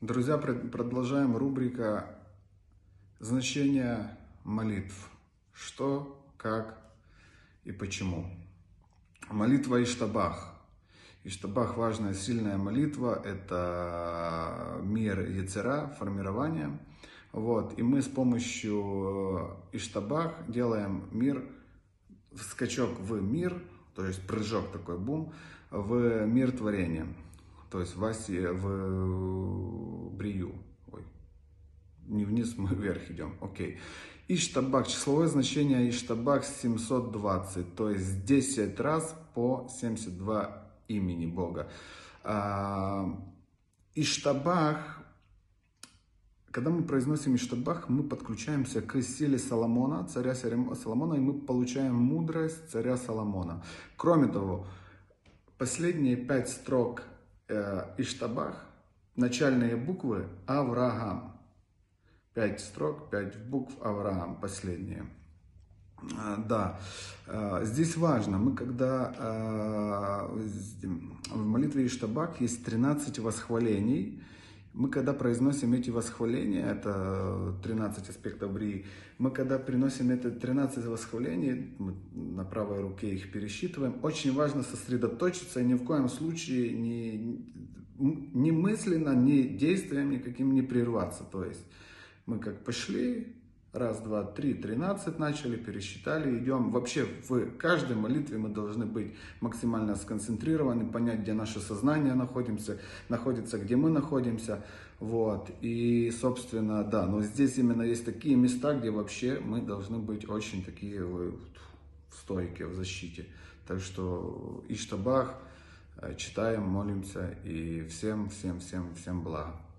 Друзья, продолжаем рубрика «Значение молитв». Что, как и почему. Молитва Иштабах. Иштабах – важная, сильная молитва. Это мир Йецера, формирование. Вот. И мы с помощью Иштабах делаем мир, скачок в мир, то есть прыжок такой, бум, в мир творения. То есть в брию. Ой. Не вниз, мы вверх идем. Окей. Иштабах. Числовое значение Иштабах 720. То есть 10 раз по 72 имени Бога. Иштабах. Когда мы произносим Иштабах, мы подключаемся к силе Соломона, царя Соломона, и мы получаем мудрость царя Соломона. Кроме того, последние 5 строк Иштабах, начальные буквы Авраам. 5 строк, 5 букв Авраам, последние. Да, здесь важно, мы когда в молитве Иштабах есть 13 восхвалений, мы когда произносим эти восхваления, это 13 аспектов брии, мы когда приносим это 13 восхвалений, мы на правой руке их пересчитываем, очень важно сосредоточиться и ни в коем случае ни мысленно, ни действием никаким не прерваться. То есть мы как пошли, раз, два, три, 13 начали, пересчитали, идем. Вообще в каждой молитве мы должны быть максимально сконцентрированы, понять, где наше сознание находится, где мы находимся. Вот. И, собственно, да, но здесь именно есть такие места, где вообще мы должны быть очень такие в стойке, в защите. Так что Иштабах читаем, молимся и всем блага.